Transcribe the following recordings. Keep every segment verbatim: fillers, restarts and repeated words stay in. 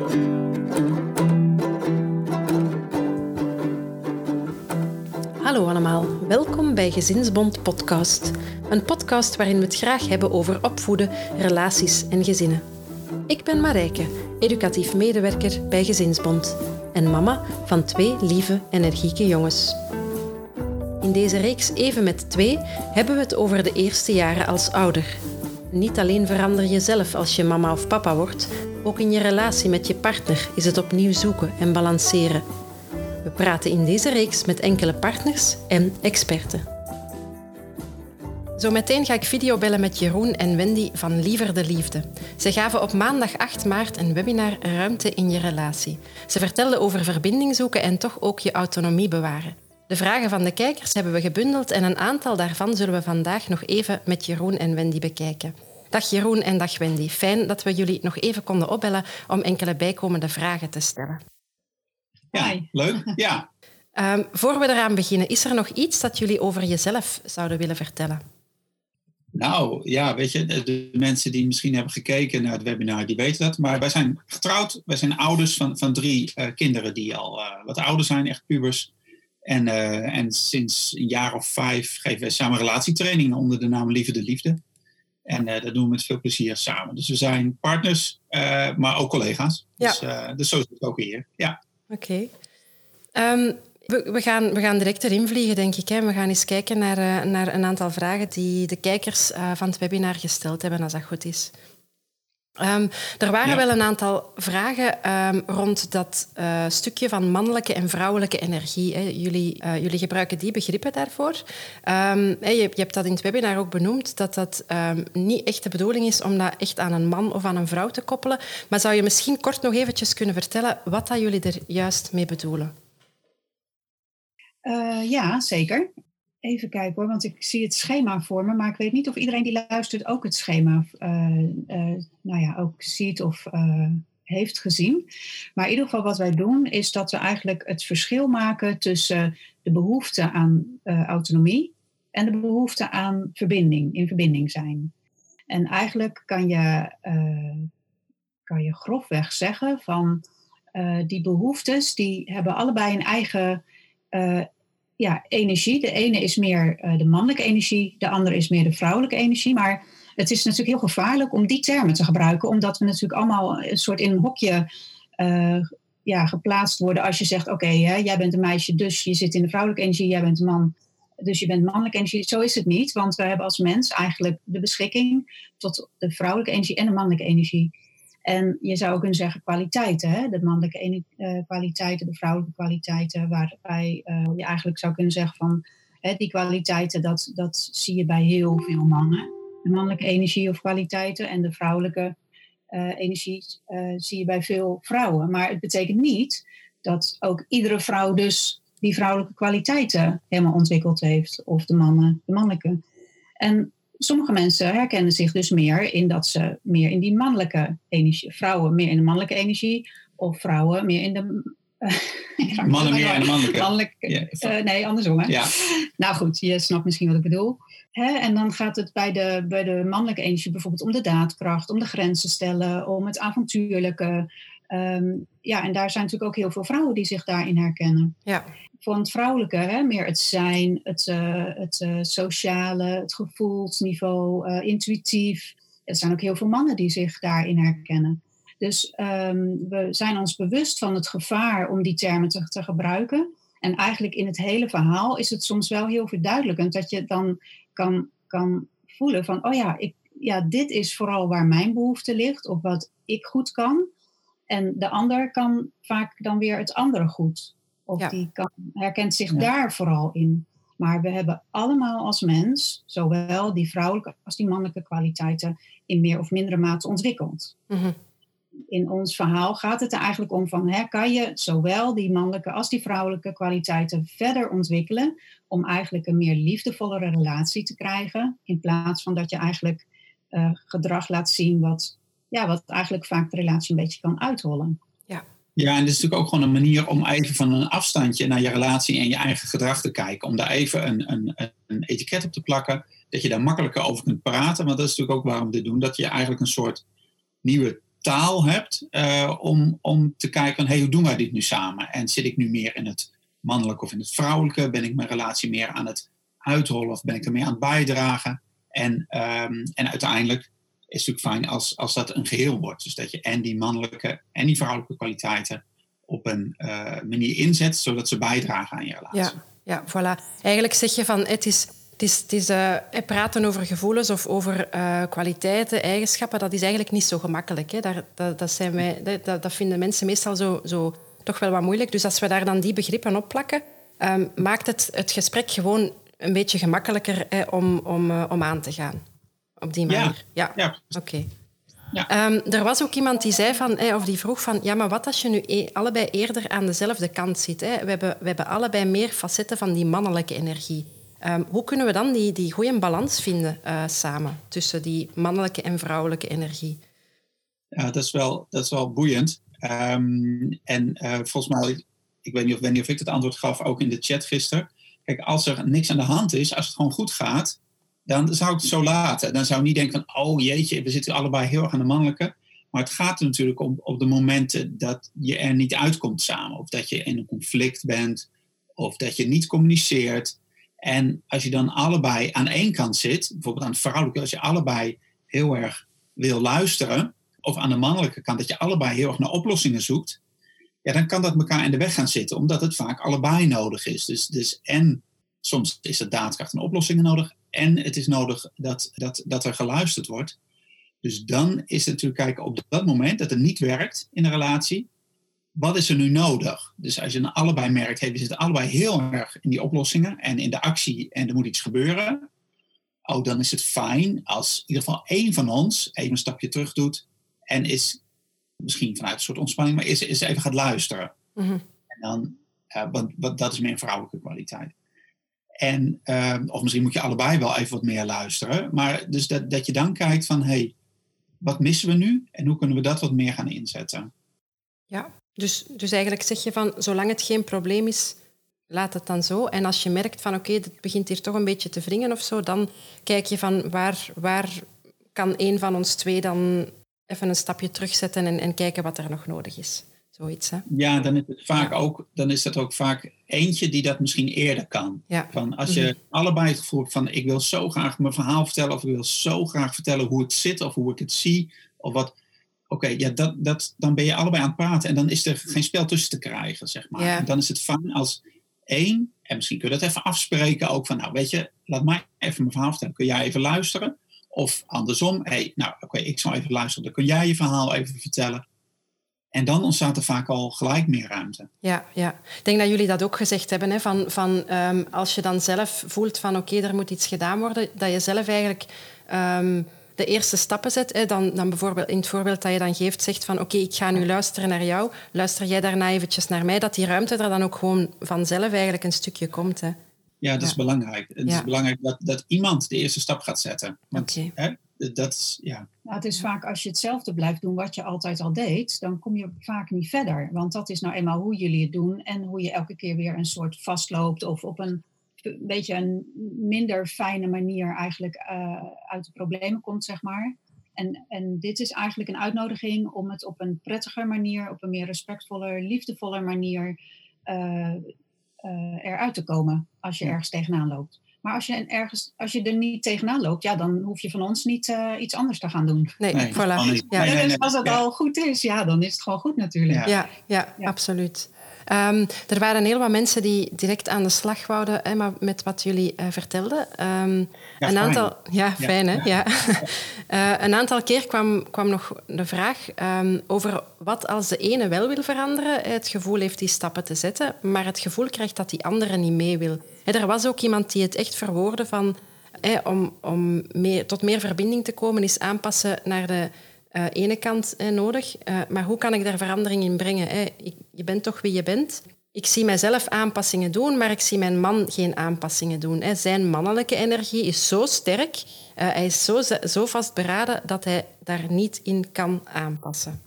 Hallo allemaal, welkom bij Gezinsbond Podcast. Een podcast waarin we het graag hebben over opvoeden, relaties en gezinnen. Ik ben Marijke, educatief medewerker bij Gezinsbond en mama van twee lieve, energieke jongens. In deze reeks Even met twee hebben we het over de eerste jaren als ouder. Niet alleen verander je zelf als je mama of papa wordt, ook in je relatie met je partner is het opnieuw zoeken en balanceren. We praten in deze reeks met enkele partners en experten. Zometeen ga ik videobellen met Jeroen en Wendy van Liever de Liefde. Ze gaven op maandag acht maart een webinar Ruimte in je relatie. Ze vertelden over verbinding zoeken en toch ook je autonomie bewaren. De vragen van de kijkers hebben we gebundeld en een aantal daarvan zullen we vandaag nog even met Jeroen en Wendy bekijken. Dag Jeroen en dag Wendy. Fijn dat we jullie nog even konden opbellen om enkele bijkomende vragen te stellen. Ja, leuk. Ja. Um, voor we eraan beginnen, is er nog iets dat jullie over jezelf zouden willen vertellen? Nou, ja, weet je, de, de mensen die misschien hebben gekeken naar het webinar, die weten dat. Maar wij zijn getrouwd, wij zijn ouders van, van drie uh, kinderen die al uh, wat ouder zijn, echt pubers. En, uh, en sinds een jaar of vijf geven wij samen relatietrainingen onder de naam Liever de Liefde. En uh, dat doen we met veel plezier samen. Dus we zijn partners, uh, maar ook collega's. Ja. Dus, uh, dus zo is het ook hier, ja. Oké. Okay. Um, we, we, gaan, we gaan direct erin vliegen, denk ik. Hè. We gaan eens kijken naar, uh, naar een aantal vragen die de kijkers uh, van het webinar gesteld hebben, als dat goed is. Um, er waren ja. wel een aantal vragen um, rond dat uh, stukje van mannelijke en vrouwelijke energie. Hè. Jullie, uh, jullie gebruiken die begrippen daarvoor. Um, je, je hebt dat in het webinar ook benoemd, dat dat um, niet echt de bedoeling is om dat echt aan een man of aan een vrouw te koppelen. Maar zou je misschien kort nog eventjes kunnen vertellen wat dat jullie er juist mee bedoelen? Uh, ja, zeker. Even kijken hoor, want ik zie het schema voor me, maar ik weet niet of iedereen die luistert ook het schema uh, uh, nou ja, ook ziet of uh, heeft gezien. Maar in ieder geval wat wij doen is dat we eigenlijk het verschil maken tussen de behoefte aan uh, autonomie en de behoefte aan verbinding, in verbinding zijn. En eigenlijk kan je, uh, kan je grofweg zeggen van uh, die behoeftes, die hebben allebei een eigen uh, Ja, energie. De ene is meer uh, de mannelijke energie, de andere is meer de vrouwelijke energie. Maar het is natuurlijk heel gevaarlijk om die termen te gebruiken, omdat we natuurlijk allemaal een soort in een hokje uh, ja, geplaatst worden als je zegt, oké, okay, jij bent een meisje, dus je zit in de vrouwelijke energie, jij bent een man, dus je bent mannelijke energie. Zo is het niet, want we hebben als mens eigenlijk de beschikking tot de vrouwelijke energie en de mannelijke energie. En je zou ook kunnen zeggen kwaliteiten, hè? De mannelijke ene, uh, kwaliteiten, de vrouwelijke kwaliteiten, waarbij uh, je eigenlijk zou kunnen zeggen van hè, die kwaliteiten, dat, dat zie je bij heel veel mannen. De mannelijke energie of kwaliteiten en de vrouwelijke uh, energie uh, zie je bij veel vrouwen. Maar het betekent niet dat ook iedere vrouw dus die vrouwelijke kwaliteiten helemaal ontwikkeld heeft, of de mannen de mannelijke. En sommige mensen herkennen zich dus meer in dat ze meer in die mannelijke energie, vrouwen meer in de mannelijke energie, of vrouwen meer in de... Uh, Mannen meer in de mannelijke. mannelijke yeah. uh, nee, andersom hè. Ja. Nou goed, je snapt misschien wat ik bedoel. Hè? En dan gaat het bij de, bij de mannelijke energie bijvoorbeeld om de daadkracht, om de grenzen stellen, om het avontuurlijke. Um, ja, en daar zijn natuurlijk ook heel veel vrouwen die zich daarin herkennen. Ja. Voor het vrouwelijke, hè, meer het zijn, het, uh, het uh, sociale, het gevoelsniveau, uh, intuïtief. Er zijn ook heel veel mannen die zich daarin herkennen. Dus um, we zijn ons bewust van het gevaar om die termen te, te gebruiken. En eigenlijk in het hele verhaal is het soms wel heel verduidelijkend dat je dan kan, kan voelen van, oh ja, ik, ja, dit is vooral waar mijn behoefte ligt of wat ik goed kan. En de ander kan vaak dan weer het andere goed. Of ja. die kan, herkent zich ja. daar vooral in. Maar we hebben allemaal als mens, zowel die vrouwelijke als die mannelijke kwaliteiten, in meer of mindere mate ontwikkeld. Mm-hmm. In ons verhaal gaat het er eigenlijk om van, hè, kan je zowel die mannelijke als die vrouwelijke kwaliteiten verder ontwikkelen, om eigenlijk een meer liefdevollere relatie te krijgen, in plaats van dat je eigenlijk uh, gedrag laat zien wat, ja, wat eigenlijk vaak de relatie een beetje kan uithollen. Ja. Ja, en het is natuurlijk ook gewoon een manier om even van een afstandje naar je relatie en je eigen gedrag te kijken. Om daar even een, een, een etiket op te plakken, dat je daar makkelijker over kunt praten. Want dat is natuurlijk ook waarom we dit doen. Dat je eigenlijk een soort nieuwe taal hebt uh, om, om te kijken van, hey, hoe doen wij dit nu samen? En zit ik nu meer in het mannelijke of in het vrouwelijke? Ben ik mijn relatie meer aan het uithollen of ben ik er meer aan het bijdragen? En, um, en uiteindelijk is het natuurlijk fijn als, als dat een geheel wordt. Dus dat je en die mannelijke en die vrouwelijke kwaliteiten op een uh, manier inzet, zodat ze bijdragen aan je relatie. Ja, ja, voilà. Eigenlijk zeg je van, het is, het is, het is uh, praten over gevoelens of over uh, kwaliteiten, eigenschappen, dat is eigenlijk niet zo gemakkelijk. Hè. Daar, dat, dat, zijn wij, dat, dat vinden mensen meestal zo, zo toch wel wat moeilijk. Dus als we daar dan die begrippen op plakken, um, maakt het het gesprek gewoon een beetje gemakkelijker hè, om, om, uh, om aan te gaan. Op die manier. Ja, ja. Oké. Okay. Ja. Um, er was ook iemand die zei van, eh, of die vroeg van, ja, maar wat als je nu e- allebei eerder aan dezelfde kant zit? Hè? We, hebben, we hebben allebei meer facetten van die mannelijke energie. Um, hoe kunnen we dan die, die goede balans vinden uh, samen tussen die mannelijke en vrouwelijke energie? Ja, dat is wel, dat is wel boeiend. Um, en uh, volgens mij, ik weet niet of Wendy of ik het antwoord gaf, ook in de chat gisteren. Kijk, als er niks aan de hand is, als het gewoon goed gaat, dan zou ik het zo laten. Dan zou ik niet denken van, oh jeetje, we zitten allebei heel erg aan de mannelijke. Maar het gaat er natuurlijk om op de momenten dat je er niet uitkomt samen. Of dat je in een conflict bent. Of dat je niet communiceert. En als je dan allebei aan één kant zit, bijvoorbeeld aan het vrouwelijke, als je allebei heel erg wil luisteren, of aan de mannelijke kant, dat je allebei heel erg naar oplossingen zoekt, ja, dan kan dat elkaar in de weg gaan zitten, omdat het vaak allebei nodig is. Dus, dus en soms is er daadkracht en oplossingen nodig, en het is nodig dat, dat, dat er geluisterd wordt. Dus dan is het natuurlijk kijken op dat moment dat het niet werkt in een relatie. Wat is er nu nodig? Dus als je dan allebei merkt, hey, we zitten allebei heel erg in die oplossingen en in de actie en er moet iets gebeuren. Oh, dan is het fijn als in ieder geval één van ons even een stapje terug doet en is misschien vanuit een soort ontspanning, maar is, is even gaat luisteren. Mm-hmm. En dan, uh, want, want dat is meer een vrouwelijke kwaliteit. En, uh, of misschien moet je allebei wel even wat meer luisteren. Maar dus dat, dat je dan kijkt van, hey, wat missen we nu? En hoe kunnen we dat wat meer gaan inzetten? Ja, dus, dus eigenlijk zeg je van, zolang het geen probleem is, laat het dan zo. En als je merkt van, oké, okay, dit begint hier toch een beetje te wringen of zo, dan kijk je van, waar, waar kan één van ons twee dan even een stapje terugzetten en, en kijken wat er nog nodig is. Zoiets, hè? Ja, dan is het vaak ook, dan is dat ook vaak eentje die dat misschien eerder kan. Ja. Van als je mm-hmm. allebei het gevoel hebt van, ik wil zo graag mijn verhaal vertellen, of ik wil zo graag vertellen hoe het zit, of hoe ik het zie, of wat. Oké, okay, ja, dat, dat, dan ben je allebei aan het praten en dan is er geen spel tussen te krijgen, zeg maar. Ja. En dan is het fijn als één, en misschien kun je dat even afspreken ook van, nou weet je, laat mij even mijn verhaal vertellen. Kun jij even luisteren? Of andersom, hey, nou oké, okay, ik zal even luisteren, dan kun jij je verhaal even vertellen. En dan ontstaat er vaak al gelijk meer ruimte. Ja, ja. Ik denk dat jullie dat ook gezegd hebben. Hè, van, van, um, als je dan zelf voelt van oké, okay, er moet iets gedaan worden, dat je zelf eigenlijk um, de eerste stappen zet. Hè, dan, dan bijvoorbeeld in het voorbeeld dat je dan geeft, zegt van oké, okay, ik ga nu luisteren naar jou. Luister jij daarna eventjes naar mij, dat die ruimte er dan ook gewoon vanzelf eigenlijk een stukje komt. Hè. Ja, dat ja. is belangrijk. Het ja. is belangrijk dat, dat iemand de eerste stap gaat zetten. Want, okay. hè, dat is, ja. Nou, het is vaak als je hetzelfde blijft doen wat je altijd al deed, dan kom je vaak niet verder. Want dat is nou eenmaal hoe jullie het doen en hoe je elke keer weer een soort vastloopt of op een, een beetje een minder fijne manier eigenlijk uh, uit de problemen komt, zeg maar. En, en dit is eigenlijk een uitnodiging om het op een prettiger manier, op een meer respectvoller, liefdevoller manier uh, uh, eruit te komen als je ergens tegenaan loopt. Maar als je, ergens, als je er niet tegenaan loopt, ja, dan hoef je van ons niet uh, iets anders te gaan doen. Nee, nee voilà. nee, Ja. nee, nee, dus als het ja. al goed is, ja, dan is het gewoon goed natuurlijk. Ja, ja, ja, ja. absoluut. Um, er waren heel wat mensen die direct aan de slag wouden hè, maar met wat jullie uh, vertelden. Um, ja, een aantal, fijn. ja, fijn hè. Ja. uh, een aantal keer kwam, kwam nog de vraag um, over wat als de ene wel wil veranderen, het gevoel heeft die stappen te zetten, maar het gevoel krijgt dat die andere niet mee wil. Hè, er was ook iemand die het echt verwoordde van hè, om, om meer, tot meer verbinding te komen is aanpassen naar de Uh, ene kant eh, nodig, uh, maar hoe kan ik daar verandering in brengen? Hè? Ik, je bent toch wie je bent. Ik zie mijzelf aanpassingen doen, maar ik zie mijn man geen aanpassingen doen. Hè? Zijn mannelijke energie is zo sterk, uh, hij is zo, zo vastberaden dat hij daar niet in kan aanpassen.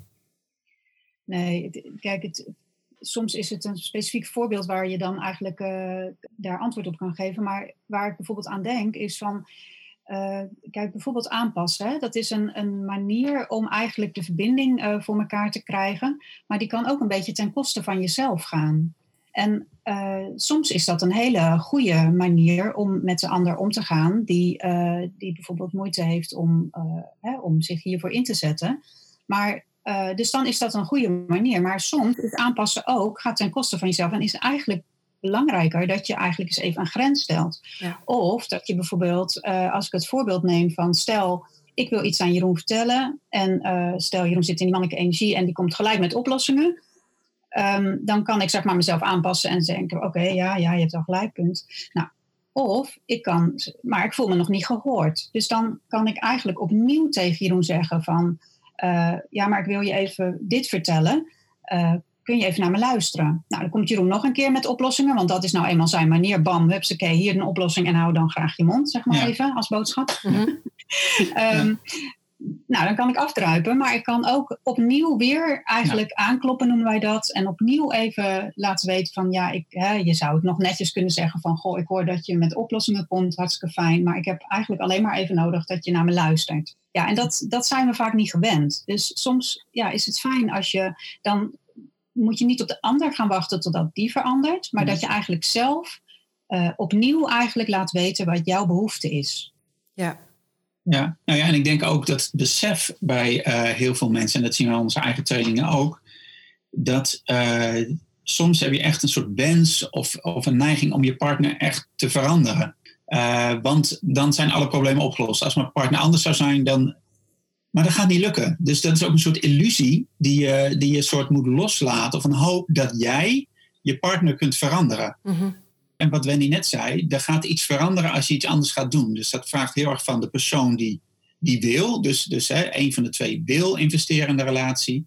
Nee, kijk, het, soms is het een specifiek voorbeeld waar je dan eigenlijk uh, daar antwoord op kan geven. Maar waar ik bijvoorbeeld aan denk is van, Uh, kijk, bijvoorbeeld aanpassen. Hè? Dat is een, een manier om eigenlijk de verbinding uh, voor elkaar te krijgen. Maar die kan ook een beetje ten koste van jezelf gaan. En uh, soms is dat een hele goede manier om met de ander om te gaan. Die, uh, die bijvoorbeeld moeite heeft om, uh, hè, om zich hiervoor in te zetten. Maar, uh, dus dan is dat een goede manier. Maar soms is aanpassen ook, gaat ten koste van jezelf. En is eigenlijk belangrijker dat je eigenlijk eens even een grens stelt. Ja. Of dat je bijvoorbeeld, uh, als ik het voorbeeld neem van stel, ik wil iets aan Jeroen vertellen. En uh, stel, Jeroen zit in die mannelijke energie en die komt gelijk met oplossingen. Um, dan kan ik zeg maar mezelf aanpassen en denken, oké, okay, ja, ja, je hebt al gelijk, punt. Nou, of ik kan, maar ik voel me nog niet gehoord. Dus dan kan ik eigenlijk opnieuw tegen Jeroen zeggen van, uh, ja, maar ik wil je even dit vertellen. Uh, kun je even naar me luisteren? Nou, dan komt Jeroen nog een keer met oplossingen, want dat is nou eenmaal zijn manier. Bam, hupsakee, hier een oplossing en hou dan graag je mond, zeg maar ja. even, als boodschap. Mm-hmm. um, ja. Nou, dan kan ik afdruipen, maar ik kan ook opnieuw weer eigenlijk ja. aankloppen, noemen wij dat. En opnieuw even laten weten van, ja, ik, hè, je zou het nog netjes kunnen zeggen van, goh, ik hoor dat je met oplossingen komt, hartstikke fijn. Maar ik heb eigenlijk alleen maar even nodig dat je naar me luistert. Ja, en dat, dat zijn we vaak niet gewend. Dus soms ja, is het fijn als je dan, moet je niet op de ander gaan wachten totdat die verandert. Maar ja. dat je eigenlijk zelf uh, opnieuw eigenlijk laat weten wat jouw behoefte is. Ja. Ja, nou ja, en ik denk ook dat het besef bij uh, heel veel mensen, en dat zien we in onze eigen trainingen ook, dat uh, soms heb je echt een soort wens of, of een neiging om je partner echt te veranderen. Uh, want dan zijn alle problemen opgelost. Als mijn partner anders zou zijn, dan... Maar dat gaat niet lukken. Dus dat is ook een soort illusie die je, die je soort moet loslaten, of een hoop dat jij je partner kunt veranderen. Mm-hmm. En wat Wendy net zei, er gaat iets veranderen als je iets anders gaat doen. Dus dat vraagt heel erg van de persoon die, die wil. Dus, dus hè, een van de twee wil investeren in de relatie.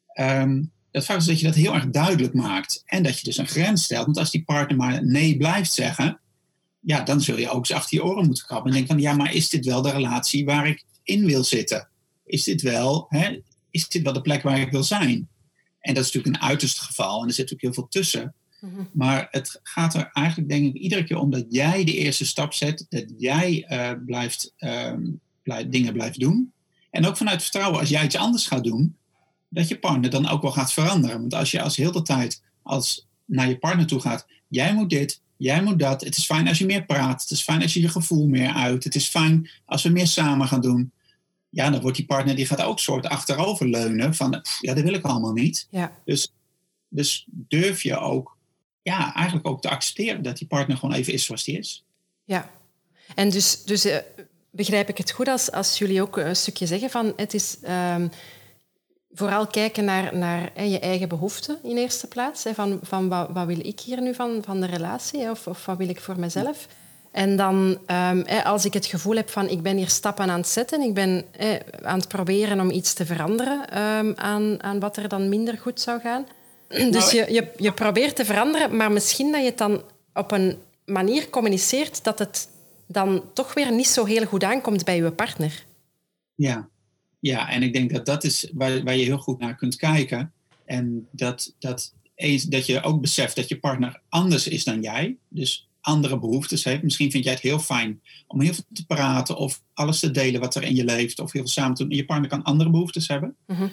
Um, dat vraagt dus dat je dat heel erg duidelijk maakt. En dat je dus een grens stelt. Want als die partner maar nee blijft zeggen, ja, dan zul je ook eens achter je oren moeten krabben. En denken van, ja, maar is dit wel de relatie waar ik in wil zitten? Is dit wel, hè, is dit wel de plek waar ik wil zijn? En dat is natuurlijk een uiterste geval. En er zit natuurlijk heel veel tussen. Mm-hmm. Maar het gaat er eigenlijk denk ik iedere keer om dat jij de eerste stap zet. Dat jij uh, blijft, um, blijf, dingen blijft doen. En ook vanuit vertrouwen, als jij iets anders gaat doen, dat je partner dan ook wel gaat veranderen. Want als je als heel de tijd als naar je partner toe gaat, jij moet dit, jij moet dat. Het is fijn als je meer praat. Het is fijn als je je gevoel meer uit. Het is fijn als we meer samen gaan doen. Ja, dan wordt die partner, die gaat ook soort achteroverleunen van, ja, dat wil ik allemaal niet. Ja. Dus, dus durf je ook, ja, eigenlijk ook te accepteren dat die partner gewoon even is zoals die is. Ja, en dus, dus uh, begrijp ik het goed als, als jullie ook een stukje zeggen van, het is um, vooral kijken naar, naar hè, je eigen behoeften in eerste plaats. Hè, van van wat, wat wil ik hier nu van, van de relatie, hè, of, of wat wil ik voor mezelf? En dan, um, als ik het gevoel heb van ik ben hier stappen aan het zetten, ik ben eh, aan het proberen om iets te veranderen um, aan, aan wat er dan minder goed zou gaan. Dus je, je, je probeert te veranderen, maar misschien dat je het dan op een manier communiceert dat het dan toch weer niet zo heel goed aankomt bij je partner. Ja, ja, en ik denk dat dat is waar, waar je heel goed naar kunt kijken. En dat, dat, dat je ook beseft dat je partner anders is dan jij. Dus andere behoeftes heeft. Misschien vind jij het heel fijn om heel veel te praten of alles te delen wat er in je leeft of heel veel samen te doen. En je partner kan andere behoeftes hebben. Mm-hmm.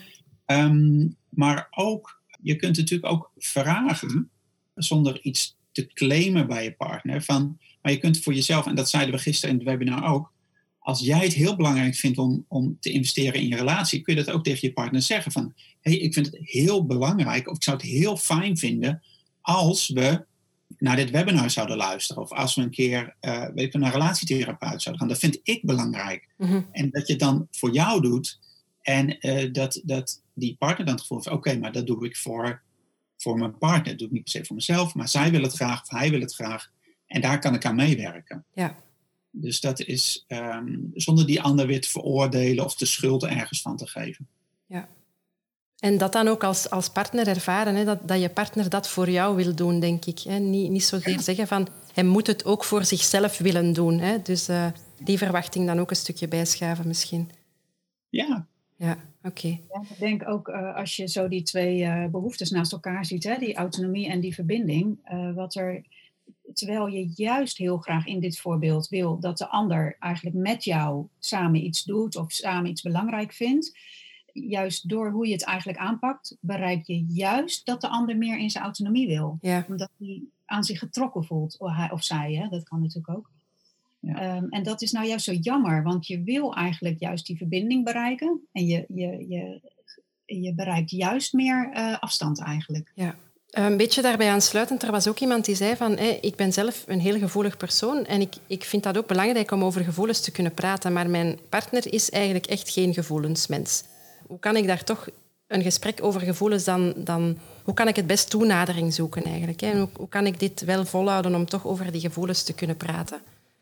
Um, maar ook, je kunt natuurlijk ook vragen zonder iets te claimen bij je partner. Van, maar je kunt voor jezelf, en dat zeiden we gisteren in het webinar ook, als jij het heel belangrijk vindt om, om te investeren in je relatie, kun je dat ook tegen je partner zeggen van, hé, hey, ik vind het heel belangrijk of ik zou het heel fijn vinden als we naar dit webinar zouden luisteren. Of als we een keer uh, weet ik, naar een relatietherapeut zouden gaan. Dat vind ik belangrijk. Mm-hmm. En dat je het dan voor jou doet. En uh, dat, dat die partner dan het gevoel heeft, oké, okay, maar dat doe ik voor, voor mijn partner. Dat doe ik niet per se voor mezelf. Maar zij wil het graag of hij wil het graag. En daar kan ik aan meewerken. Ja. Dus dat is um, zonder die ander weer te veroordelen of de schuld ergens van te geven. Ja. En dat dan ook als, als partner ervaren, hè, dat, dat je partner dat voor jou wil doen, denk ik. Hè. Niet, niet zozeer ja. zeggen van, hij moet het ook voor zichzelf willen doen. Hè. Dus uh, die verwachting dan ook een stukje bijschaven misschien. Ja. Ja, oké. Okay. Ja, ik denk ook uh, als je zo die twee uh, behoeftes naast elkaar ziet, hè, die autonomie en die verbinding, uh, wat er... terwijl je juist heel graag in dit voorbeeld wil dat de ander eigenlijk met jou samen iets doet of samen iets belangrijk vindt. Juist door hoe je het eigenlijk aanpakt, bereik je juist dat de ander meer in zijn autonomie wil. Ja. Omdat hij aan zich getrokken voelt, of, hij, of zij, hè? Dat kan natuurlijk ook. Ja. Um, en dat is nou juist zo jammer, want je wil eigenlijk juist die verbinding bereiken. En je, je, je, je bereikt juist meer uh, afstand eigenlijk. Ja. Een beetje daarbij aansluitend, er was ook iemand die zei van, hey, ik ben zelf een heel gevoelig persoon en ik, ik vind dat ook belangrijk om over gevoelens te kunnen praten, maar mijn partner is eigenlijk echt geen gevoelensmens. Hoe kan ik daar toch een gesprek over gevoelens dan... dan hoe kan ik het best toenadering zoeken eigenlijk? Hè? Hoe, hoe kan ik dit wel volhouden om toch over die gevoelens te kunnen praten?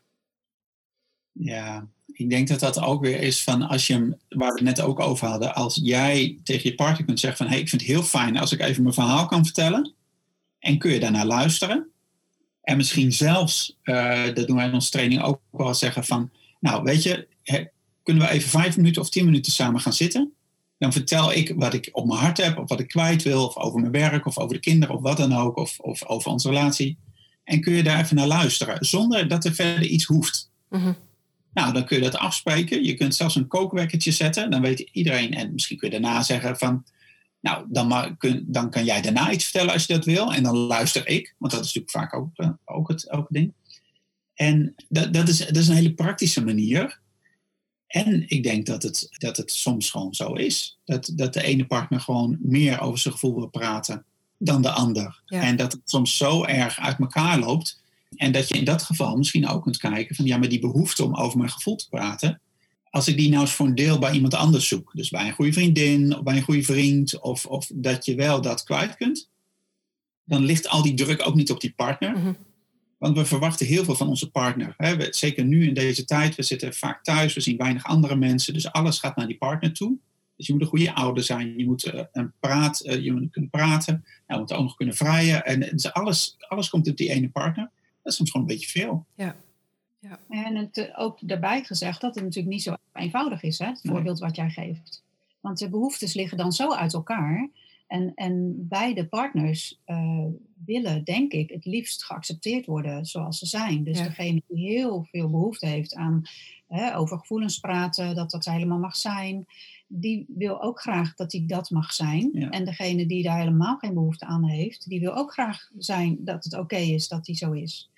Ja, ik denk dat dat ook weer is van als je hem, waar we het net ook over hadden, als jij tegen je partner kunt zeggen van, hey, ik vind het heel fijn als ik even mijn verhaal kan vertellen. En kun je daarnaar luisteren. En misschien zelfs, uh, dat doen wij in onze training ook wel, zeggen van, nou weet je, he, kunnen we even vijf minuten of tien minuten samen gaan zitten? Dan vertel ik wat ik op mijn hart heb, of wat ik kwijt wil, of over mijn werk, of over de kinderen, of wat dan ook, of, of over onze relatie. En kun je daar even naar luisteren, zonder dat er verder iets hoeft. Mm-hmm. Nou, dan kun je dat afspreken. Je kunt zelfs een kookwekkertje zetten. Dan weet iedereen, en misschien kun je daarna zeggen van, nou, dan, maar, kun, dan kan jij daarna iets vertellen als je dat wil. En dan luister ik, want dat is natuurlijk vaak ook, uh, ook, het, ook het ding. En dat, dat, is, dat is een hele praktische manier. En ik denk dat het, dat het soms gewoon zo is. Dat, dat de ene partner gewoon meer over zijn gevoel wil praten dan de ander. Ja. En dat het soms zo erg uit elkaar loopt. En dat je in dat geval misschien ook kunt kijken van, ja, maar die behoefte om over mijn gevoel te praten, als ik die nou eens voor een deel bij iemand anders zoek, dus bij een goede vriendin of bij een goede vriend, of, of dat je wel dat kwijt kunt, dan ligt al die druk ook niet op die partner. Mm-hmm. Want we verwachten heel veel van onze partner. Hè? We, zeker nu in deze tijd, we zitten vaak thuis, we zien weinig andere mensen, dus alles gaat naar die partner toe. Dus je moet een goede ouder zijn, je moet, uh, een praat, uh, je moet kunnen praten, nou, je moet ook nog kunnen vrijen. En dus alles, alles komt op die ene partner. Dat is soms gewoon een beetje veel. Ja. Ja. En het, ook daarbij gezegd dat het natuurlijk niet zo eenvoudig is, hè, het nee. voorbeeld wat jij geeft. Want de behoeftes liggen dan zo uit elkaar. En, en beide partners uh, willen, denk ik, het liefst geaccepteerd worden zoals ze zijn. Dus ja. degene die heel veel behoefte heeft aan hè, over gevoelens praten, dat dat helemaal mag zijn, die wil ook graag dat hij dat mag zijn. Ja. En degene die daar helemaal geen behoefte aan heeft, die wil ook graag zijn dat het oké okay is dat hij zo is.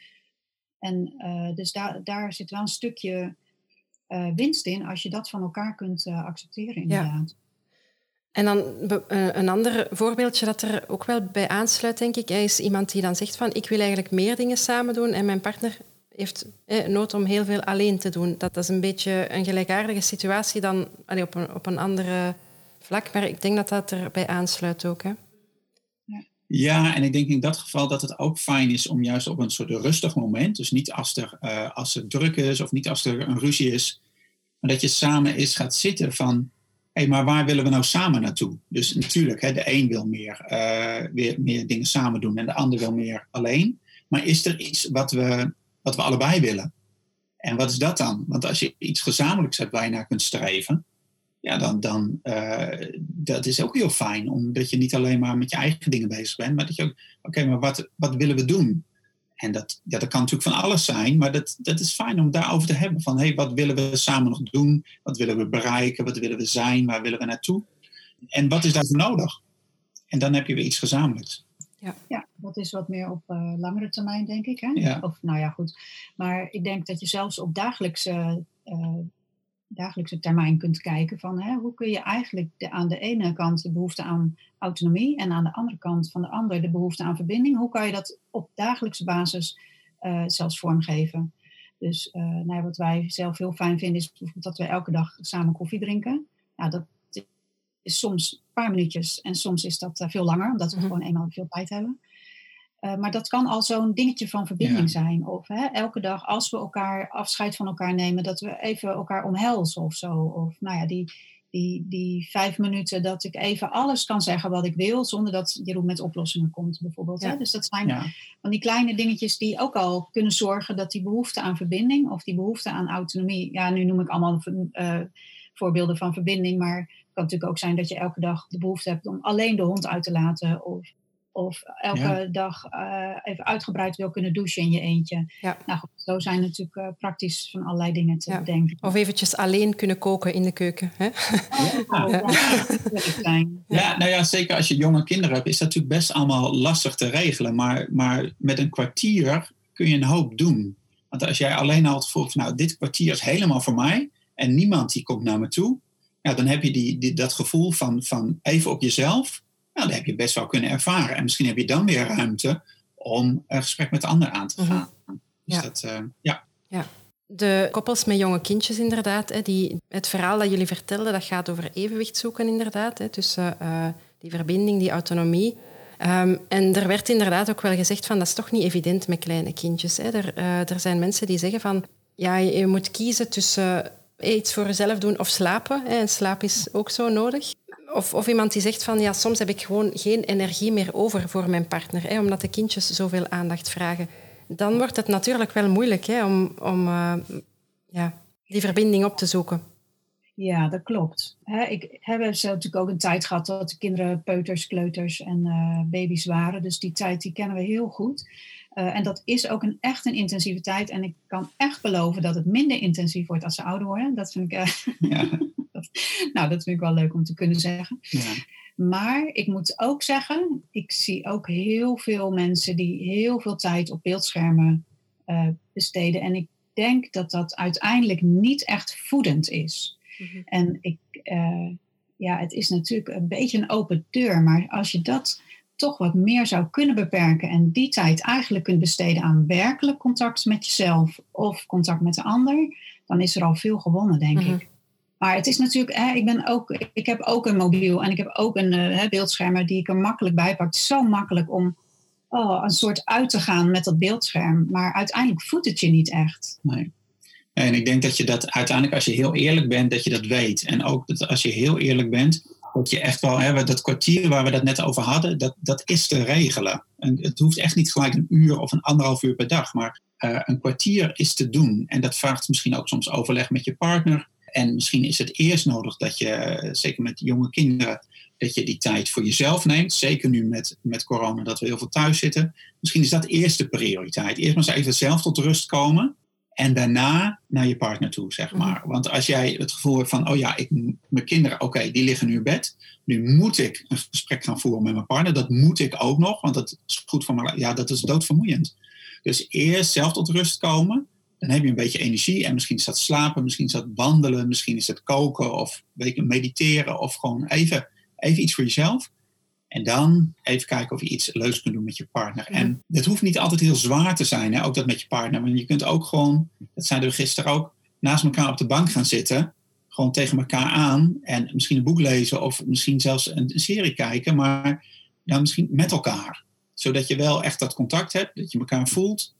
En uh, dus daar, daar zit wel een stukje uh, winst in als je dat van elkaar kunt uh, accepteren inderdaad. Ja. En dan een ander voorbeeldje dat er ook wel bij aansluit, denk ik, is iemand die dan zegt van, ik wil eigenlijk meer dingen samen doen en mijn partner heeft eh, nood om heel veel alleen te doen. Dat is een beetje een gelijkaardige situatie dan allee, op, een, op een andere vlak, maar ik denk dat dat erbij aansluit ook. Hè? Ja. Ja, en ik denk in dat geval dat het ook fijn is om juist op een soort rustig moment, dus niet als er, uh, als het druk is of niet als er een ruzie is, maar dat je samen eens gaat zitten van, hé, hey, maar waar willen we nou samen naartoe? Dus natuurlijk, hè, de een wil meer, uh, weer meer dingen samen doen en de ander wil meer alleen. Maar is er iets wat we, wat we allebei willen? En wat is dat dan? Want als je iets gezamenlijks hebt waar je naar kunt streven, ja, dan, dan uh, dat is ook heel fijn. Omdat je niet alleen maar met je eigen dingen bezig bent, maar dat je ook, oké, okay, maar wat, wat willen we doen? En dat, ja, dat kan natuurlijk van alles zijn, maar dat, dat is fijn om daarover te hebben. Van, hé, hey, wat willen we samen nog doen? Wat willen we bereiken? Wat willen we zijn? Waar willen we naartoe? En wat is daarvoor nodig? En dan heb je weer iets gezamenlijks. Ja, ja, dat is wat meer op uh, langere termijn, denk ik. Hè? Ja. Of, nou ja, goed. Maar ik denk dat je zelfs op dagelijkse, uh, dagelijkse termijn kunt kijken van, hè, hoe kun je eigenlijk de, aan de ene kant de behoefte aan autonomie en aan de andere kant van de ander de behoefte aan verbinding, hoe kan je dat op dagelijkse basis uh, zelfs vormgeven? Dus uh, nou ja, wat wij zelf heel fijn vinden is dat we elke dag samen koffie drinken. Nou, dat is soms een paar minuutjes en soms is dat uh, veel langer, omdat we mm-hmm. gewoon eenmaal veel tijd hebben. Uh, maar dat kan al zo'n dingetje van verbinding ja. zijn. Of hè, elke dag als we elkaar afscheid van elkaar nemen, dat we even elkaar omhelzen of zo. Of nou ja, die, die, die vijf minuten dat ik even alles kan zeggen wat ik wil, zonder dat Jeroen met oplossingen komt bijvoorbeeld. Ja. Hè? Dus dat zijn ja. van die kleine dingetjes die ook al kunnen zorgen dat die behoefte aan verbinding of die behoefte aan autonomie, ja, nu noem ik allemaal uh, voorbeelden van verbinding, maar het kan natuurlijk ook zijn dat je elke dag de behoefte hebt om alleen de hond uit te laten of Of elke Ja. dag uh, even uitgebreid wil kunnen douchen in je eentje. Ja. Nou goed, zo zijn natuurlijk uh, praktisch van allerlei dingen te Ja. bedenken. Of eventjes alleen kunnen koken in de keuken. Hè? Oh, ja. Ja. Ja, nou ja, zeker als je jonge kinderen hebt, is dat natuurlijk best allemaal lastig te regelen. Maar, maar met een kwartier kun je een hoop doen. Want als jij alleen al voelt, nou, dit kwartier is helemaal voor mij en niemand die komt naar me toe, ja, dan heb je die, die, dat gevoel van, van even op jezelf. Nou, dat heb je best wel kunnen ervaren. En misschien heb je dan weer ruimte om een gesprek met de ander aan te gaan. Mm-hmm. Dus ja. dat, uh, ja. ja. De koppels met jonge kindjes inderdaad, hè, die, het verhaal dat jullie vertelden, dat gaat over evenwicht zoeken inderdaad, hè, tussen uh, die verbinding, die autonomie. Um, en er werd inderdaad ook wel gezegd van, dat is toch niet evident met kleine kindjes. Hè. Er, uh, er zijn mensen die zeggen van, ja, je, je moet kiezen tussen uh, iets voor jezelf doen of slapen. Hè, en slaap is ook zo nodig. Of, of iemand die zegt van, ja, soms heb ik gewoon geen energie meer over voor mijn partner, hè, omdat de kindjes zoveel aandacht vragen. Dan wordt het natuurlijk wel moeilijk hè, om, om uh, ja, die verbinding op te zoeken. Ja, dat klopt. He, ik heb natuurlijk ook een tijd gehad dat de kinderen peuters, kleuters en uh, baby's waren. Dus die tijd die kennen we heel goed. Uh, en dat is ook een, echt een intensiviteit. En ik kan echt beloven dat het minder intensief wordt als ze ouder worden. Dat vind ik, uh, ja. dat, nou, dat vind ik wel leuk om te kunnen zeggen. Ja. Maar ik moet ook zeggen, ik zie ook heel veel mensen die heel veel tijd op beeldschermen uh, besteden. En ik denk dat dat uiteindelijk niet echt voedend is. Mm-hmm. En ik, uh, ja, het is natuurlijk een beetje een open deur. Maar als je dat toch wat meer zou kunnen beperken en die tijd eigenlijk kunt besteden aan werkelijk contact met jezelf of contact met de ander, dan is er al veel gewonnen, denk mm-hmm. ik. Maar het is natuurlijk, hè, ik, ben ook, ik heb ook een mobiel en ik heb ook een uh, beeldscherm die ik er makkelijk bij pak. Het is zo makkelijk om oh, een soort uit te gaan met dat beeldscherm. Maar uiteindelijk voedt het je niet echt. Nee. En ik denk dat je dat uiteindelijk, als je heel eerlijk bent, dat je dat weet. En ook dat als je heel eerlijk bent, dat je echt wel, hè, dat kwartier waar we dat net over hadden, dat, dat is te regelen. En het hoeft echt niet gelijk een uur of een anderhalf uur per dag. Maar uh, een kwartier is te doen. En dat vraagt misschien ook soms overleg met je partner. En misschien is het eerst nodig dat je, zeker met jonge kinderen, dat je die tijd voor jezelf neemt. Zeker nu met, met corona dat we heel veel thuis zitten. Misschien is dat eerst de prioriteit. Eerst maar eens even zelf tot rust komen. En daarna naar je partner toe, zeg maar. Want als jij het gevoel hebt van, oh ja, ik, mijn kinderen, oké, okay, die liggen nu in bed. Nu moet ik een gesprek gaan voeren met mijn partner. Dat moet ik ook nog, want dat is goed voor mijn, ja, dat is doodvermoeiend. Dus eerst zelf tot rust komen. Dan heb je een beetje energie en misschien is dat slapen, misschien is dat wandelen, misschien is dat koken of mediteren of gewoon even, even iets voor jezelf. En dan even kijken of je iets leuks kunt doen met je partner. Ja. En dat hoeft niet altijd heel zwaar te zijn, hè? Ook dat met je partner. Maar je kunt ook gewoon, dat zeiden we gisteren ook, naast elkaar op de bank gaan zitten. Gewoon tegen elkaar aan en misschien een boek lezen of misschien zelfs een, een serie kijken. Maar ja, misschien met elkaar. Zodat je wel echt dat contact hebt, dat je elkaar voelt.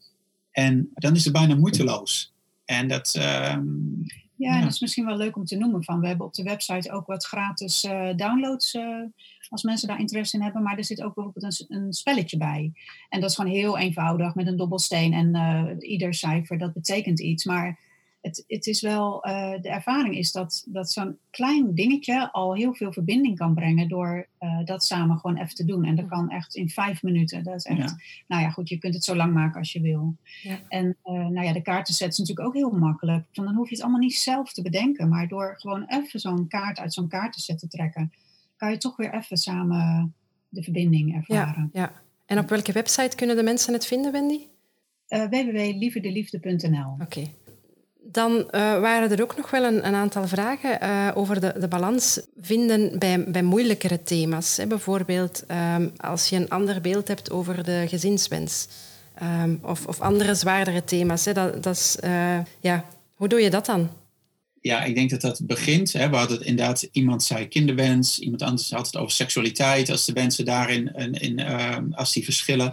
En dan is het bijna moeiteloos. En dat... Um, ja, ja, dat is misschien wel leuk om te noemen. Van, we hebben op de website ook wat gratis uh, downloads... Uh, als mensen daar interesse in hebben. Maar er zit ook bijvoorbeeld een, een spelletje bij. En dat is gewoon heel eenvoudig met een dobbelsteen. En uh, ieder cijfer, dat betekent iets. Maar het, het is wel... Uh, de ervaring is dat, dat zo'n klein dingetje al heel veel verbinding kan brengen door uh, dat samen gewoon even te doen. En dat kan echt in vijf minuten. Dat is echt... Ja. Nou ja, goed, je kunt het zo lang maken als je wil. Ja. En uh, nou ja, de kaartenset is natuurlijk ook heel makkelijk. Want dan hoef je het allemaal niet zelf te bedenken. Maar door gewoon even zo'n kaart uit zo'n kaartenset te trekken, kan je toch weer even samen de verbinding ervaren. Ja, ja. En op welke website kunnen de mensen het vinden, Wendy? Uh, w w w punt liefdeliefde punt n l. Oké. Okay. Dan uh, waren er ook nog wel een, een aantal vragen uh, over de, de balans vinden bij, bij moeilijkere thema's. Hè. Bijvoorbeeld um, als je een ander beeld hebt over de gezinswens. Um, of, of andere zwaardere thema's. Hè. Dat, dat is, uh, ja. Hoe doe je dat dan? Ja, ik denk dat dat begint. Hè. We hadden het inderdaad, iemand zei kinderwens, iemand anders had het over seksualiteit, als de wensen daarin, in, in, uh, als die verschillen.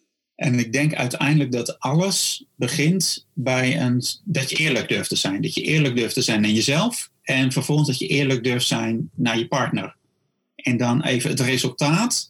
En ik denk uiteindelijk dat alles begint bij een, dat je eerlijk durft te zijn. Dat je eerlijk durft te zijn naar jezelf en vervolgens dat je eerlijk durft zijn naar je partner. En dan even het resultaat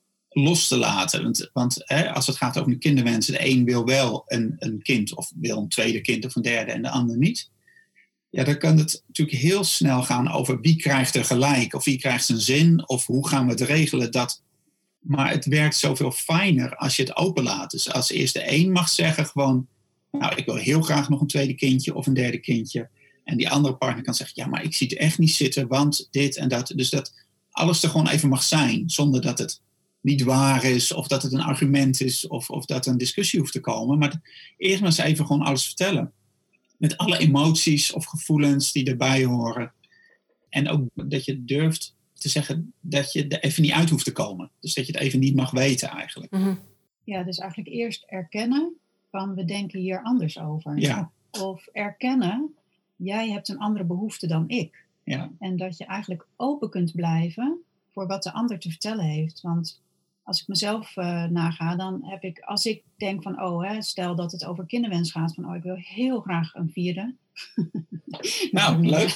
los te laten. Want, want hè, als het gaat over een kinderwens, de een wil wel een, een kind of wil een tweede kind of een derde en de ander niet. Ja, dan kan het natuurlijk heel snel gaan over wie krijgt er gelijk of wie krijgt zijn zin of hoe gaan we het regelen dat Maar het werkt zoveel fijner als je het openlaat. Dus als eerst de een mag zeggen gewoon, nou, ik wil heel graag nog een tweede kindje of een derde kindje. En die andere partner kan zeggen, ja, maar ik zie het echt niet zitten, want dit en dat. Dus dat alles er gewoon even mag zijn, zonder dat het niet waar is, of dat het een argument is, of, of dat er een discussie hoeft te komen. Maar eerst maar eens even gewoon alles vertellen. Met alle emoties of gevoelens die erbij horen. En ook dat je durft te zeggen dat je er even niet uit hoeft te komen. Dus dat je het even niet mag weten eigenlijk. Mm-hmm. Ja, dus eigenlijk eerst erkennen van we denken hier anders over. Ja. Of erkennen, jij hebt een andere behoefte dan ik. Ja. En dat je eigenlijk open kunt blijven voor wat de ander te vertellen heeft. Want als ik mezelf uh, naga, dan heb ik, als ik denk van, oh, hè, stel dat het over kinderwens gaat, van, oh, ik wil heel graag een vierde. Nou, leuk.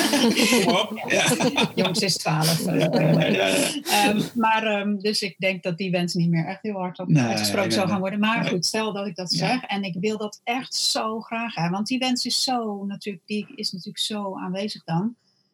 Ja. Jongens is twaalf. Uh, ja, ja, ja. Um, maar, um, dus ik denk dat die wens niet meer echt heel hard op nee, uitgesproken nee, zou gaan nee. worden. Maar nee. goed, stel dat ik dat ja. zeg en ik wil dat echt zo graag hebben. Want die wens is zo, natuurlijk, die is natuurlijk zo aanwezig dan.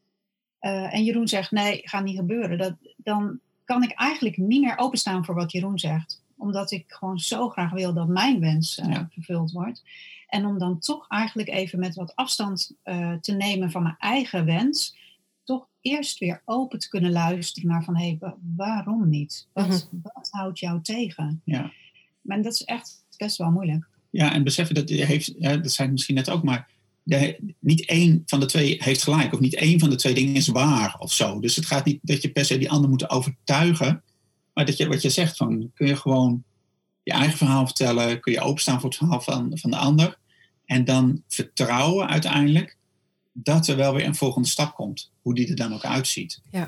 Uh, en Jeroen zegt, nee, gaat niet gebeuren. Dat, dan kan ik eigenlijk niet meer openstaan voor wat Jeroen zegt. Omdat ik gewoon zo graag wil dat mijn wens uh, ja. vervuld wordt. En om dan toch eigenlijk even met wat afstand uh, te nemen van mijn eigen wens. Toch eerst weer open te kunnen luisteren naar van, hé, hey, waarom niet? Wat, mm-hmm. wat houdt jou tegen? Ja. Maar dat is echt best wel moeilijk. Ja, en beseffen, dat, heeft, ja, dat zei ik misschien net ook, maar de, niet één van de twee heeft gelijk. Of niet één van de twee dingen is waar of zo. Dus het gaat niet dat je per se die ander moet overtuigen. Maar dat je, wat je zegt, van, kun je gewoon je eigen verhaal vertellen. Kun je openstaan voor het verhaal van, van de ander. En dan vertrouwen uiteindelijk dat er wel weer een volgende stap komt. Hoe die er dan ook uitziet. Ja.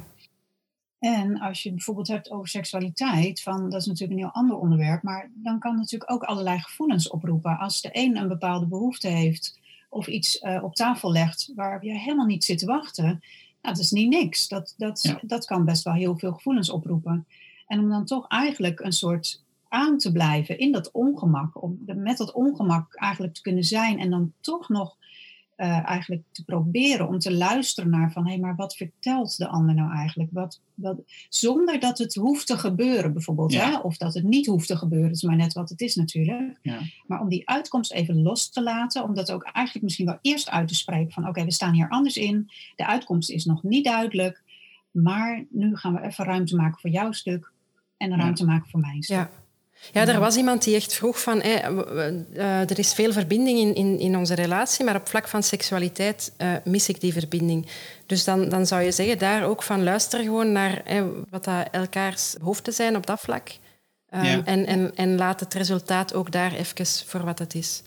En als je het bijvoorbeeld hebt over seksualiteit, van, dat is natuurlijk een heel ander onderwerp. Maar dan kan het natuurlijk ook allerlei gevoelens oproepen. Als de een een bepaalde behoefte heeft of iets uh, op tafel legt waar je helemaal niet zit te wachten. Nou, dat is niet niks. Dat, dat, ja. dat kan best wel heel veel gevoelens oproepen. En om dan toch eigenlijk een soort aan te blijven in dat ongemak. Om met dat ongemak eigenlijk te kunnen zijn. En dan toch nog uh, eigenlijk te proberen om te luisteren naar van, hé, hey, maar wat vertelt de ander nou eigenlijk? Wat, wat, zonder dat het hoeft te gebeuren bijvoorbeeld. Ja. Hè? Of dat het niet hoeft te gebeuren. Het is maar net wat het is natuurlijk. Ja. Maar om die uitkomst even los te laten. Om dat ook eigenlijk misschien wel eerst uit te spreken. Van oké, okay, we staan hier anders in. De uitkomst is nog niet duidelijk. Maar nu gaan we even ruimte maken voor jouw stuk. En een ruimte ja. maken voor mijn stuk. Ja. Ja, er was iemand die echt vroeg van... Hey, uh, er is veel verbinding in, in, in onze relatie, maar op vlak van seksualiteit uh, mis ik die verbinding. Dus dan, dan zou je zeggen, daar ook van luister gewoon naar hey, wat dat elkaars behoeften zijn op dat vlak. Um, ja. en, en, en laat het resultaat ook daar even voor wat het is.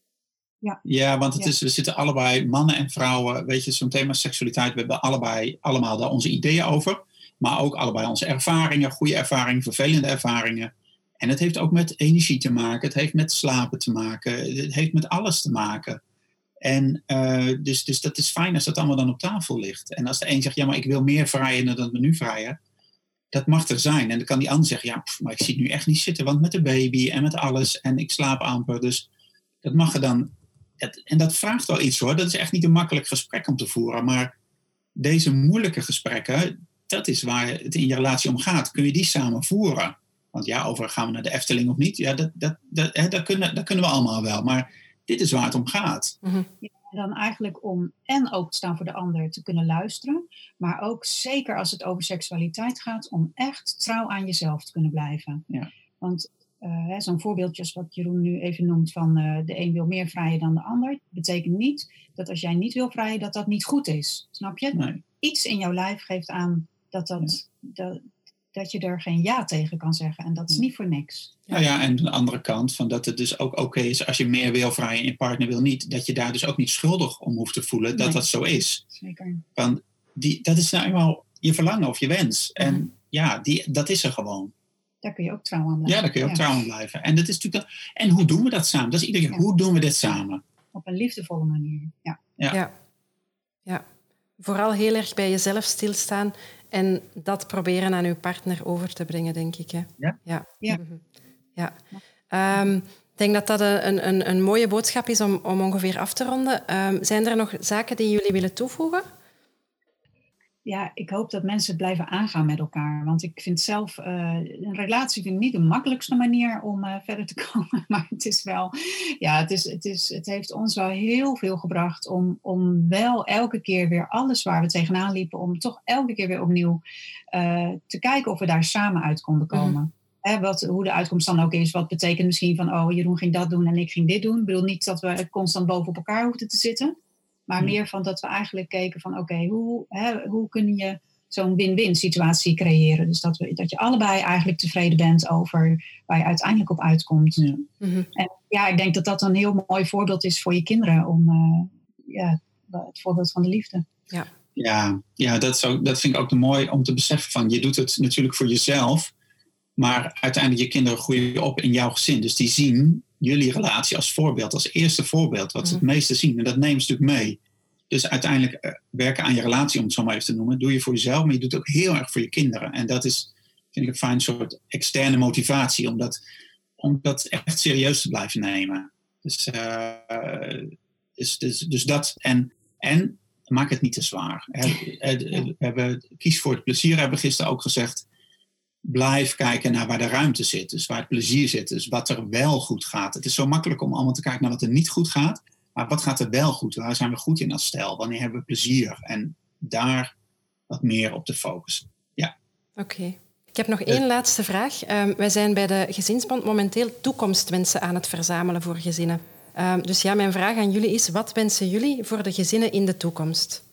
Ja, ja want het is, we zitten allebei, mannen en vrouwen, weet je, zo'n thema seksualiteit, we hebben allebei allemaal daar onze ideeën over, maar ook allebei onze ervaringen, goede ervaringen, vervelende ervaringen. En het heeft ook met energie te maken, het heeft met slapen te maken, het heeft met alles te maken. En uh, dus, dus dat is fijn als dat allemaal dan op tafel ligt. En als de een zegt, ja, maar ik wil meer vrijen dan we nu vrijen, dat mag er zijn. En dan kan die ander zeggen, ja, pff, maar ik zie het nu echt niet zitten, want met de baby en met alles en ik slaap amper. Dus dat mag er dan. Het, en dat vraagt wel iets hoor, dat is echt niet een makkelijk gesprek om te voeren. Maar deze moeilijke gesprekken, dat is waar het in je relatie om gaat. Kun je die samen voeren? Want ja, over gaan we naar de Efteling of niet? Ja, dat, dat, dat, hè, dat, kunnen, dat kunnen we allemaal wel. Maar dit is waar het om gaat. Mm-hmm. Ja, dan eigenlijk om en open te staan voor de ander te kunnen luisteren. Maar ook zeker als het over seksualiteit gaat, om echt trouw aan jezelf te kunnen blijven. Ja. Want uh, hè, zo'n voorbeeldjes wat Jeroen nu even noemt van uh, de een wil meer vrijen dan de ander. Betekent niet dat als jij niet wil vrijen, dat dat niet goed is. Snap je? Nee. Iets in jouw lijf geeft aan dat dat... Ja. dat dat je er geen ja tegen kan zeggen. En dat is niet voor niks. Nou ja, en aan de andere kant, van dat het dus ook oké okay is als je meer wil vrijen en je partner wil niet, dat je daar dus ook niet schuldig om hoeft te voelen dat nee. dat zo is. Zeker. Want die, dat is nou eenmaal je verlangen of je wens. En mm. ja, die, dat is er gewoon. Daar kun je ook trouw aan blijven. Ja, daar kun je ook ja. trouw aan blijven. En, dat is natuurlijk dat, en hoe doen we dat samen? Dat is iedere keer, ja. hoe doen we dit samen? Op een liefdevolle manier, ja. Ja. ja. ja. Vooral heel erg bij jezelf stilstaan en dat proberen aan uw partner over te brengen, denk ik. Hè? Ja. Ja. ja. ja. Um, ik denk dat dat een, een, een mooie boodschap is om, om ongeveer af te ronden. Um, zijn er nog zaken die jullie willen toevoegen? ja, ik hoop dat mensen het blijven aangaan met elkaar. Want ik vind zelf, uh, een relatie vind ik niet de makkelijkste manier om uh, verder te komen. Maar het is wel, ja, het, is, het, is, het heeft ons wel heel veel gebracht om, om wel elke keer weer alles waar we tegenaan liepen, om toch elke keer weer opnieuw uh, te kijken of we daar samen uit konden komen. Mm. Hè, wat, hoe de uitkomst dan ook is. Wat betekent misschien van, oh, Jeroen ging dat doen en ik ging dit doen. Ik bedoel niet dat we constant boven op elkaar hoefden te zitten. Maar mm. meer van dat we eigenlijk keken van, oké, okay, hoe, hè, hoe kun je zo'n win-win situatie creëren? Dus dat, we, dat je allebei eigenlijk tevreden bent over waar je uiteindelijk op uitkomt. Ja. Mm-hmm. En ja, ik denk dat dat een heel mooi voorbeeld is voor je kinderen. Om uh, ja, het voorbeeld van de liefde. Ja, ja, ja dat, is ook, dat vind ik ook mooi om te beseffen van, je doet het natuurlijk voor jezelf. Maar uiteindelijk je kinderen groeien op in jouw gezin. Dus die zien jullie relatie als voorbeeld, als eerste voorbeeld. Wat ze het meeste zien. En dat nemen ze natuurlijk mee. Dus uiteindelijk uh, werken aan je relatie, om het zo maar even te noemen. Doe je voor jezelf, maar je doet het ook heel erg voor je kinderen. En dat is, vind ik, een fijn soort externe motivatie. Om dat, om dat echt serieus te blijven nemen. Dus, uh, dus, dus, dus dat. En, en maak het niet te zwaar. We hebben, kies voor het plezier, hebben we gisteren ook gezegd. Blijf kijken naar waar de ruimte zit. Dus waar het plezier zit. Dus wat er wel goed gaat. Het is zo makkelijk om allemaal te kijken naar wat er niet goed gaat. Maar wat gaat er wel goed? Waar zijn we goed in als stel? Wanneer hebben we plezier? En daar wat meer op te focussen. Ja. Oké. Okay. Ik heb nog één uh, laatste vraag. Um, wij zijn bij de Gezinsbond momenteel toekomstwensen aan het verzamelen voor gezinnen. Um, dus ja, mijn vraag aan jullie is, wat wensen jullie voor de gezinnen in de toekomst?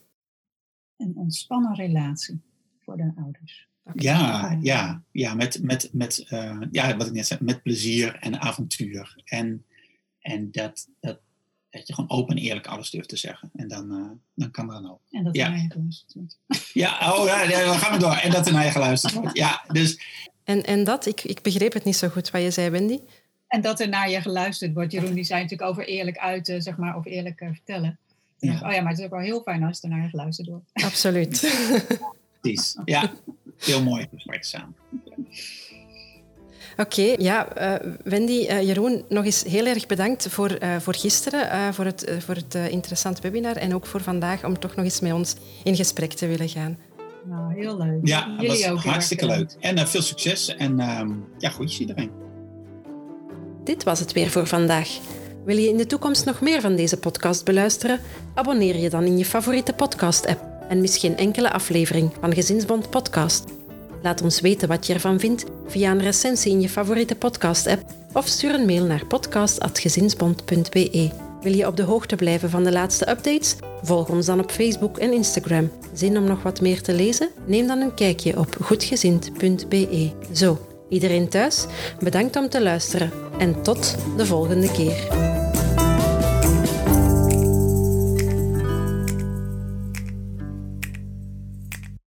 Een ontspannen relatie voor de ouders. Okay. Ja, ja, ja, met, met, met, uh, ja, wat ik net zei, met plezier en avontuur. En, en dat, dat, dat je gewoon open en eerlijk alles durft te zeggen. En dan, uh, dan kan dat ook. En dat er ja. naar je geluisterd wordt. Ja, oh, ja, ja, dan gaan we door. En dat er naar je geluisterd wordt. Ja, dus. En, en dat, ik, ik begreep het niet zo goed wat je zei, Wendy. En dat er naar je geluisterd wordt. Jeroen, die zei natuurlijk over eerlijk uiten, zeg maar, of eerlijk uh, vertellen. Ja. Dacht, oh ja, maar het is ook wel heel fijn als er naar je geluisterd wordt. Absoluut. Precies, ja. Heel mooi gesprek samen. Oké, okay, ja, uh, Wendy, uh, Jeroen, nog eens heel erg bedankt voor, uh, voor gisteren, uh, voor het, uh, voor het uh, interessante webinar en ook voor vandaag om toch nog eens met ons in gesprek te willen gaan. Nou, heel leuk. Ja, dat was ook hartstikke leuk. En uh, veel succes en uh, ja, groetjes iedereen. Dit was het weer voor vandaag. Wil je in de toekomst nog meer van deze podcast beluisteren? Abonneer je dan in je favoriete podcast-app en mis geen enkele aflevering van Gezinsbond Podcast. Laat ons weten wat je ervan vindt via een recensie in je favoriete podcast-app of stuur een mail naar podcast apenstaartje gezinsbond punt b e. Wil je op de hoogte blijven van de laatste updates? Volg ons dan op Facebook en Instagram. Zin om nog wat meer te lezen? Neem dan een kijkje op goedgezind punt b e. Zo, iedereen thuis, bedankt om te luisteren en tot de volgende keer.